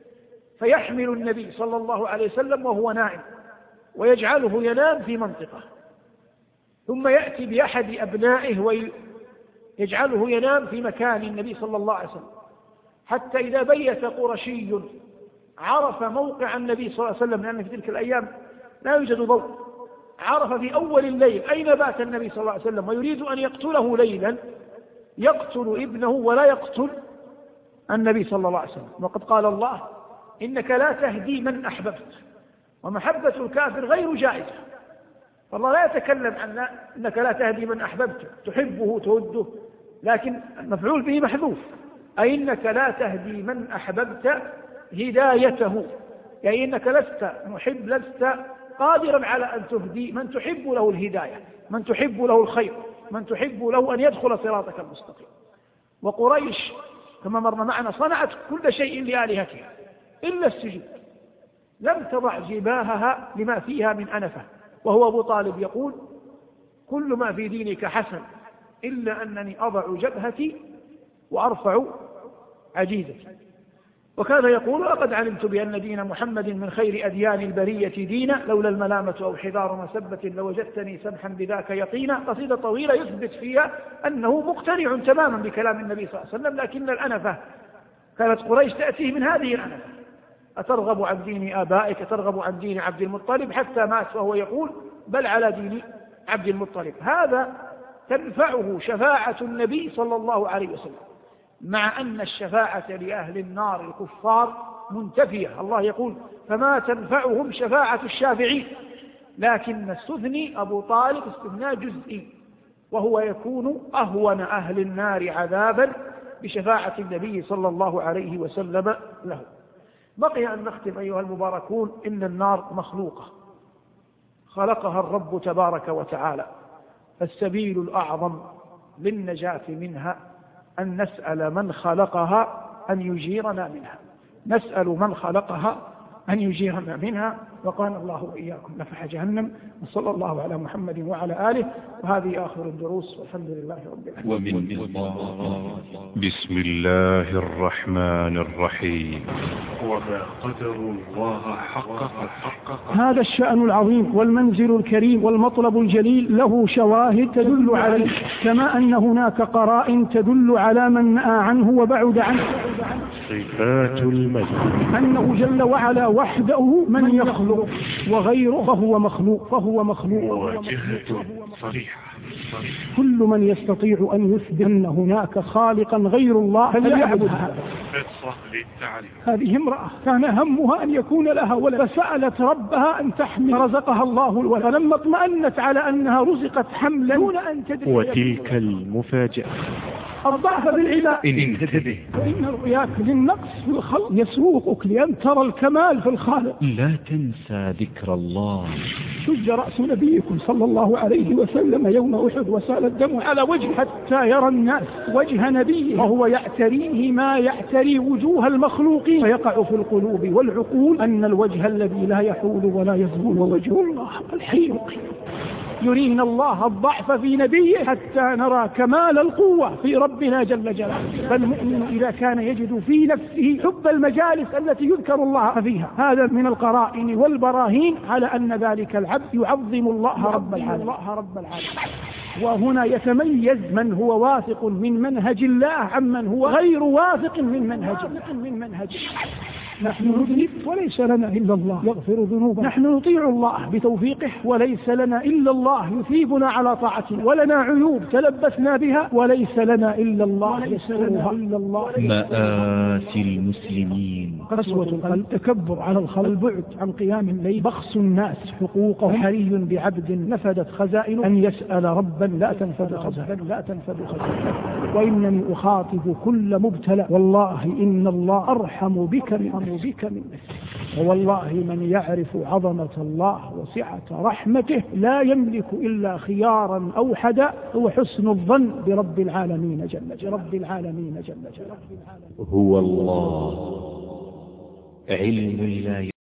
فيحمل النبي صلى الله عليه وسلم وهو نائم ويجعله ينام في منطقة، ثم يأتي بأحد أبنائه ويجعله ينام في مكان النبي صلى الله عليه وسلم، حتى إذا بيت قرشي عرف موقع النبي صلى الله عليه وسلم، لأن في تلك الأيام لا يوجد ضوء، عرف في أول الليل أين بات النبي صلى الله عليه وسلم ويريد أن يقتله ليلا، يقتل ابنه ولا يقتل النبي صلى الله عليه وسلم. وقد قال الله إنك لا تهدي من أحببت، ومحبة الكافر غير جائزة. فالله لا يتكلم عن إنك لا تهدي من أحببت تحبه توده، لكن المفعول به محذوف، أي إنك لا تهدي من أحببت هدايته، يعني إنك لست محب لست قادرا على أن تهدي من تحب له الهداية، من تحب له الخير، من تحب له أن يدخل صراطك المستقيم. وقريش كما مرنا معنا صنعت كل شيء لآلهتها إلا السجود، لم تضع جباهها لما فيها من أنفة. وهو أبو طالب يقول كل ما في دينك حسن إلا أنني أضع جبهتي وأرفع عجيزتي. وكان يقول لقد علمت بأن دين محمد من خير أديان البرية دينا، لولا الملامة أو حذار مسبة لوجدتني سمحا بذاك يقينا. قصيدة طويلة يثبت فيها أنه مقتنع تماما بكلام النبي صلى الله عليه وسلم، لكن الأنفة كانت قريش تأتيه من هذه الأنفة، أترغب عن دين آبائك، أترغب عن دين عبد المطلب، حتى مات وهو يقول بل على دين عبد المطلب. هذا تنفعه شفاعة النبي صلى الله عليه وسلم، مع أن الشفاعة لأهل النار الكفار منتفية. الله يقول فما تنفعهم شفاعة الشافعين، لكن استثني أبو طالب استثناء جزئي، وهو يكون أهون أهل النار عذابا بشفاعة النبي صلى الله عليه وسلم له. بقي أن نختم أيها المباركون. إن النار مخلوقة خلقها الرب تبارك وتعالى، فالسبيل الأعظم للنجاة منها أن نسأل من خلقها أن يجيرنا منها، نسأل من خلقها أن يجيرنا منها. وقال الله وإياكم نفح جهنم، وصلى الله على محمد وعلى آله. وهذه آخر الدروس، والحمد لله رب العالمين. ومن بسم الله الرحمن الرحيم. وما قدر الله حق قدره. هذا الشأن العظيم والمنزل الكريم والمطلب الجليل له شواهد تدل عليه، كما أن هناك قرائن تدل على من نأى عنه وبعد عنه. صفات المجد. أنه جل وعلا وحده من يخلق، وغيره فهو مخلوق فهو مخلوق مواجهة صريحة. كل من يستطيع أن يثبت أن هناك خالقا غير الله فليعبد هذا. هذه امرأة كان همها أن يكون لها ولد، فسألت ربها أن تحمل، رزقها الله الولد، فلما اطمأنت على أنها رزقت حملا دون أن تدري. وتلك المفاجأة الضعف بالعباد. انتبه، فإن رؤياك للنقص في الخلق يسوقك لأن ترى الكمال في الخالق. لا تنسى ذكر الله. شج رأس نبيكم صلى الله عليه وسلم يوم أحد وسال الدم على وجه حتى يرى الناس وجه نبيه وهو يعتريه ما يعتري وجوه المخلوقين، فيقع في القلوب والعقول أن الوجه الذي لا يحول ولا يزول ووجه الله الحي القيوم. يرينا الله الضعف في نبيه حتى نرى كمال القوة في ربنا جل جلاله. فالمؤمن إذا كان يجد في نفسه حب المجالس التي يذكر الله فيها، هذا من القرائن والبراهين على أن ذلك العبد يعظم الله رب العالمين. وهنا يتميز من هو واثق من منهج الله عمن هو غير واثق من منهج من منهج نحن نذنب وليس لنا إلا الله يغفر ذنوبنا، نحن نطيع الله بتوفيقه وليس لنا إلا الله يثيبنا على طاعته، ولنا عيوب تلبسنا بها وليس لنا إلا الله يسترها. مآسي المسلمين قسوة القلب، تكبر على الخلق، البعد عن قيام الليل، بخس الناس حقوقه، حري بعبد نفدت خزائنه أن يسأل ربا لا تنفد خزائنه لا تنفد خزائنه. وإنني أخاطب كل مبتلى، والله إن الله أرحم بك من بك من نفسك. ووالله من يعرف عظمة الله وسعة رحمته لا يملك إلا خيارا أوحدا، هو حسن الظن برب العالمين جل رب العالمين جل جلاله. هو الله علم لا